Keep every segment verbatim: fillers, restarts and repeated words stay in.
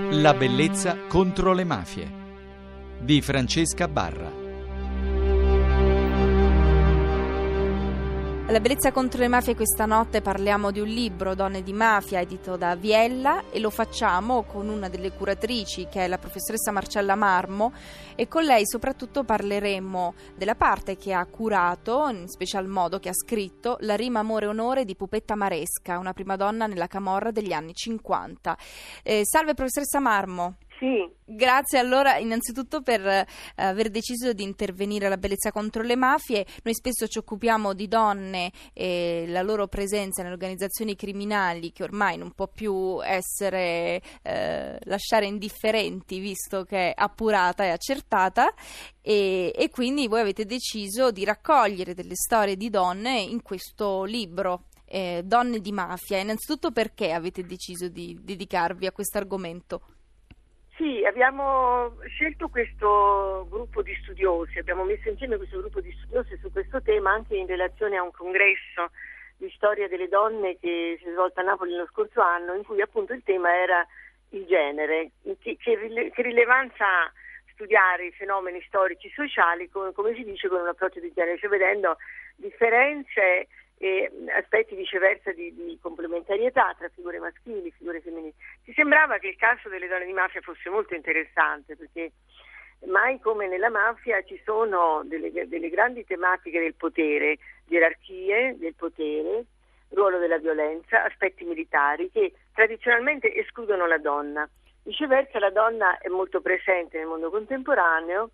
La bellezza contro le mafie di Francesca Barra. La bellezza contro le mafie questa notte parliamo di un libro, Donne di mafia, edito da Viella, e lo facciamo con una delle curatrici che è la professoressa Marcella Marmo, e con lei soprattutto parleremo della parte che ha curato, in special modo che ha scritto, La rima amore onore di Pupetta Maresca, una prima donna nella camorra degli anni cinquanta. Eh, salve professoressa Marmo. Sì. Grazie allora innanzitutto per eh, aver deciso di intervenire alla bellezza contro le mafie. Noi spesso ci occupiamo di donne e la loro presenza nelle organizzazioni criminali che ormai non può più essere eh, lasciare indifferenti visto che è appurata e accertata, e, e quindi voi avete deciso di raccogliere delle storie di donne in questo libro, eh, Donne di mafia. Innanzitutto perché avete deciso di dedicarvi a questo argomento? Sì, abbiamo scelto questo gruppo di studiosi, abbiamo messo insieme questo gruppo di studiosi su questo tema anche in relazione a un congresso di storia delle donne che si è svolto a Napoli lo scorso anno, in cui appunto il tema era il genere, che, che, rile, che rilevanza ha studiare i fenomeni storici sociali, con, come si dice, con un approccio di genere, cioè vedendo differenze e aspetti viceversa di, di complementarietà tra figure maschili e figure femminili. Ci sembrava che il caso delle donne di mafia fosse molto interessante, perché mai come nella mafia ci sono delle, delle grandi tematiche del potere, gerarchie del potere, ruolo della violenza, aspetti militari che tradizionalmente escludono la donna. Viceversa la donna è molto presente nel mondo contemporaneo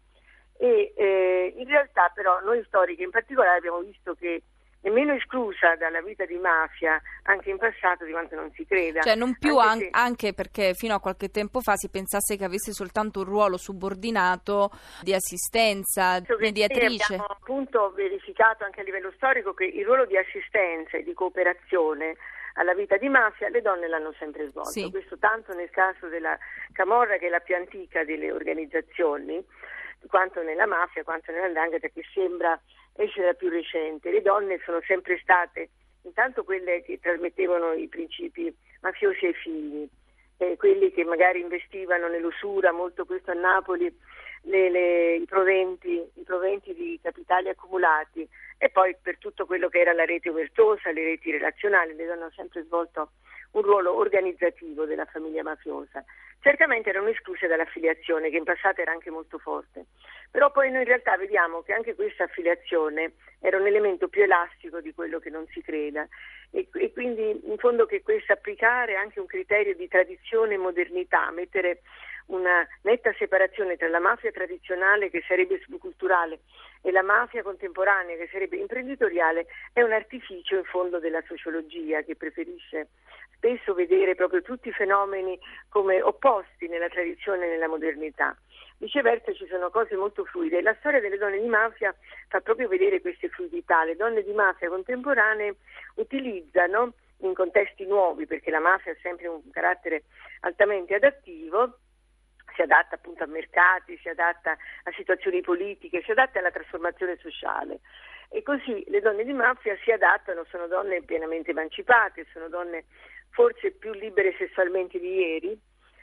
e eh, in realtà però noi storiche in particolare abbiamo visto che è meno esclusa dalla vita di mafia anche in passato di quanto non si creda. Cioè non più anche, an- se... anche perché fino a qualche tempo fa si pensasse che avesse soltanto un ruolo subordinato di assistenza, mediatrice. Abbiamo appunto verificato anche a livello storico che il ruolo di assistenza e di cooperazione alla vita di mafia le donne l'hanno sempre svolto. Sì. Questo tanto nel caso della Camorra, che è la più antica delle organizzazioni, quanto nella mafia, quanto nella 'ndrangheta, che sembra essere la più recente. Le donne sono sempre state intanto quelle che trasmettevano i principi mafiosi ai figli, eh, quelli che magari investivano nell'usura, molto questo a Napoli, le, le, i proventi, i proventi di capitali accumulati, e poi per tutto quello che era la rete omertosa, le reti relazionali. Le donne hanno sempre svolto un ruolo organizzativo della famiglia mafiosa. Certamente erano escluse dall'affiliazione, che in passato era anche molto forte, però poi noi in realtà vediamo che anche questa affiliazione era un elemento più elastico di quello che non si creda, e, e quindi in fondo che questo applicare anche un criterio di tradizione e modernità, mettere una netta separazione tra la mafia tradizionale, che sarebbe subculturale, e la mafia contemporanea, che sarebbe imprenditoriale, è un artificio in fondo della sociologia, che preferisce spesso vedere proprio tutti i fenomeni come opposti nella tradizione e nella modernità. Viceversa ci sono cose molto fluide, e la storia delle donne di mafia fa proprio vedere queste fluidità. Le donne di mafia contemporanee utilizzano in contesti nuovi, perché la mafia ha sempre un carattere altamente adattivo, si adatta appunto a mercati, si adatta a situazioni politiche, si adatta alla trasformazione sociale, e così le donne di mafia si adattano, sono donne pienamente emancipate, sono donne forse più libere sessualmente di ieri,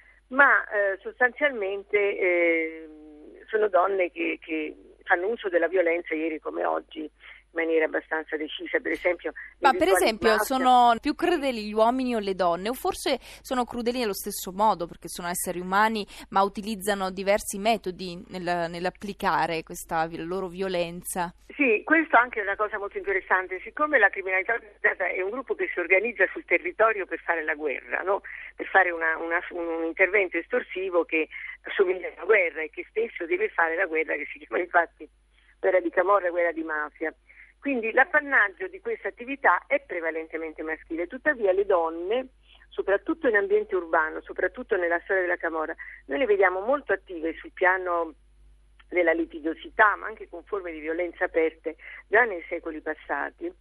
ma eh, sostanzialmente eh, sono donne che, che fanno uso della violenza ieri come oggi in maniera abbastanza decisa. Per esempio, ma per esempio sono più crudeli gli uomini o le donne, o forse sono crudeli nello stesso modo, perché sono esseri umani ma utilizzano diversi metodi nel, nell'applicare questa loro violenza? Sì, questo anche è una cosa molto interessante. Siccome la criminalità organizzata è un gruppo che si organizza sul territorio per fare la guerra, no? Per fare una, una, un intervento estorsivo che assomiglia alla guerra, e che spesso deve fare la guerra, che si chiama infatti guerra di camorra, guerra di mafia. Quindi l'appannaggio di questa attività è prevalentemente maschile. Tuttavia le donne, soprattutto in ambiente urbano, soprattutto nella storia della camorra, noi le vediamo molto attive sul piano della litigiosità, ma anche con forme di violenza aperte già nei secoli passati,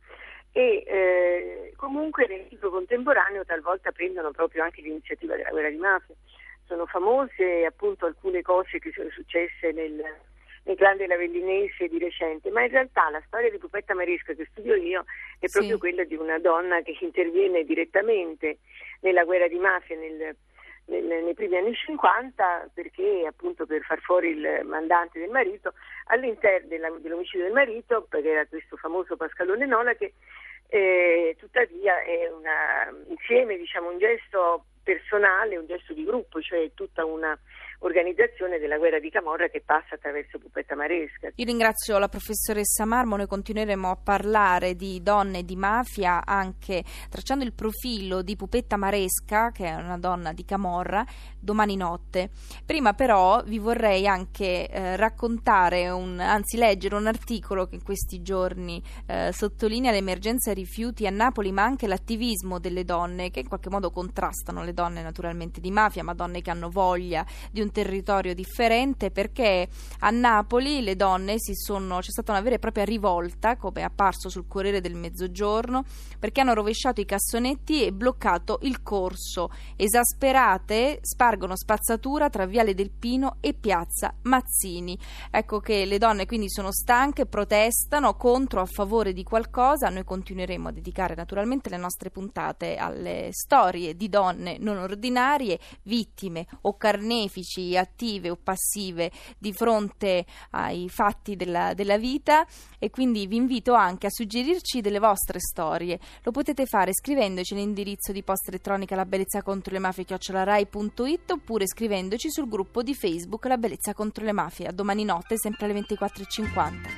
e eh, comunque nel ciclo contemporaneo talvolta prendono proprio anche l'iniziativa della guerra di mafia. Sono famose appunto alcune cose che sono successe nel nel clan della Vellinese di recente, ma in realtà la storia di Pupetta Maresca che studio io è proprio sì. quella di una donna che interviene direttamente nella guerra di mafia, nel, nel, nei primi anni cinquanta, perché appunto per far fuori il mandante del marito all'interno della, dell'omicidio del marito, perché era questo famoso Pascalone Nola, che eh, tuttavia è una, insieme diciamo un gesto personale, un gesto di gruppo, cioè tutta una organizzazione della guerra di Camorra che passa attraverso Pupetta Maresca. Io ringrazio la professoressa Marmo, noi continueremo a parlare di donne e di mafia anche tracciando il profilo di Pupetta Maresca, che è una donna di Camorra, domani notte. Prima però vi vorrei anche eh, raccontare, un, anzi leggere un articolo che in questi giorni eh, sottolinea l'emergenza rifiuti a Napoli, ma anche l'attivismo delle donne che in qualche modo contrastano le donne naturalmente di mafia, ma donne che hanno voglia di un territorio differente, perché a Napoli le donne si sono c'è stata una vera e propria rivolta, come è apparso sul Corriere del Mezzogiorno, perché hanno rovesciato i cassonetti e bloccato il corso. Esasperate spargono spazzatura tra Viale del Pino e Piazza Mazzini. Ecco che le donne quindi sono stanche, protestano contro, a favore di qualcosa. Noi continueremo a dedicare naturalmente le nostre puntate alle storie di donne non ordinarie, vittime o carnefici, attive o passive di fronte ai fatti della, della vita, e quindi vi invito anche a suggerirci delle vostre storie. Lo potete fare scrivendoci all'indirizzo di posta elettronica la bellezza contro le mafie chiocciola rai punto it oppure scrivendoci sul gruppo di Facebook La Bellezza contro le mafie. A domani notte sempre alle ventiquattro e cinquanta.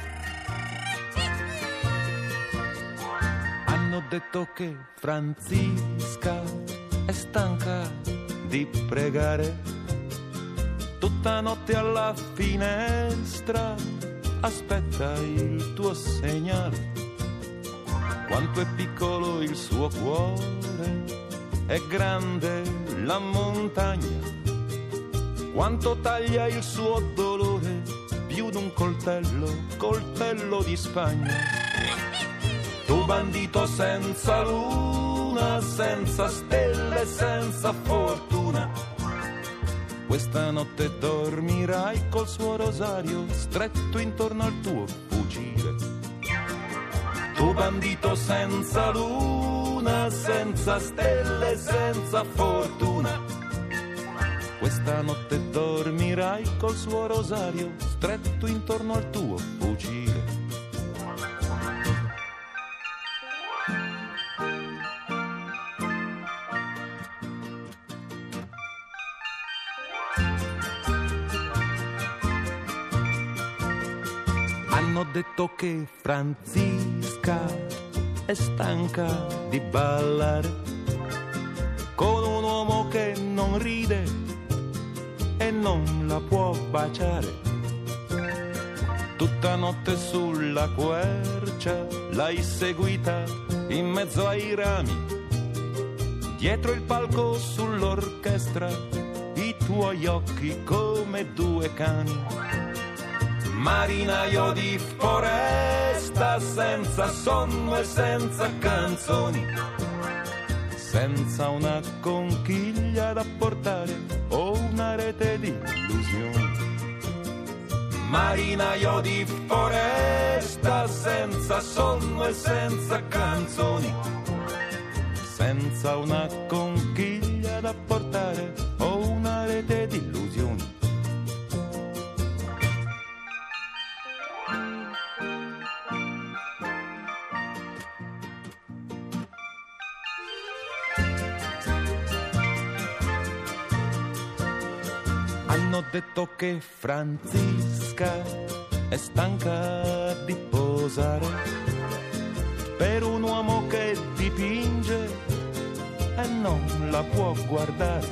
Hanno detto che Franziska è stanca di pregare, tutta notte alla finestra aspetta il tuo segnale. Quanto è piccolo il suo cuore, è grande la montagna. Quanto taglia il suo dolore, più d'un coltello, coltello di Spagna. Tu bandito senza luna, senza stelle, senza fortuna, questa notte dormirai col suo rosario stretto intorno al tuo fucile. Tu bandito senza luna, senza stelle, senza fortuna, questa notte dormirai col suo rosario stretto intorno al tuo fucile. Hanno detto che Franziska è stanca di ballare con un uomo che non ride e non la può baciare. Tutta notte sulla quercia l'hai seguita in mezzo ai rami, dietro il palco sull'orchestra i tuoi occhi come due cani. Marinaio di foresta, senza sonno e senza canzoni, senza una conchiglia da portare o una rete di illusioni. Marinaio di foresta, senza sonno e senza canzoni, senza una conchiglia da portare o una rete di illusioni. Hanno detto che Franziska è stanca di posare per un uomo che dipinge e non la può guardare.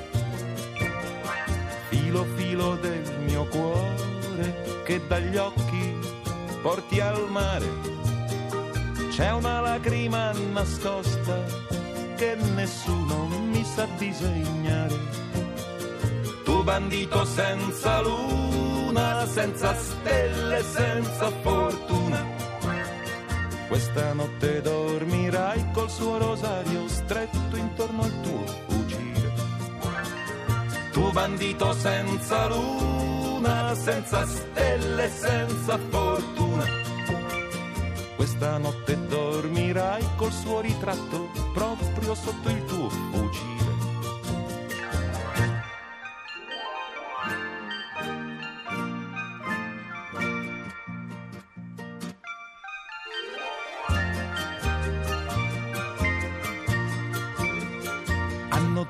Filo filo del mio cuore che dagli occhi porti al mare, c'è una lacrima nascosta che nessuno mi sa disegnare. Tu bandito senza luna, senza stelle, senza fortuna, questa notte dormirai col suo rosario stretto intorno al tuo fucile. Tu bandito senza luna, senza stelle, senza fortuna, questa notte dormirai col suo ritratto proprio sotto il tuo fucile.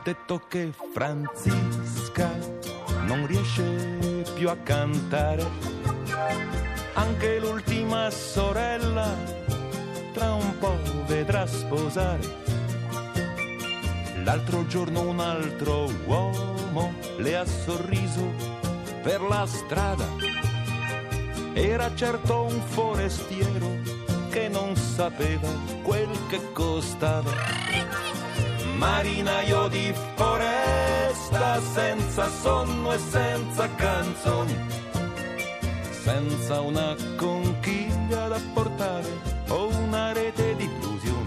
detto che Franziska non riesce più a cantare, anche l'ultima sorella tra un po' vedrà sposare. L'altro giorno un altro uomo le ha sorriso per la strada, era certo un forestiero che non sapeva quel che costava. Marinaio di foresta, senza sonno e senza canzoni, senza una conchiglia da portare o una rete di illusioni.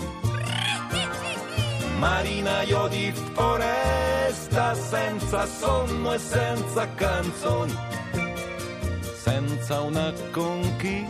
Marinaio di foresta, senza sonno e senza canzoni, senza una conchiglia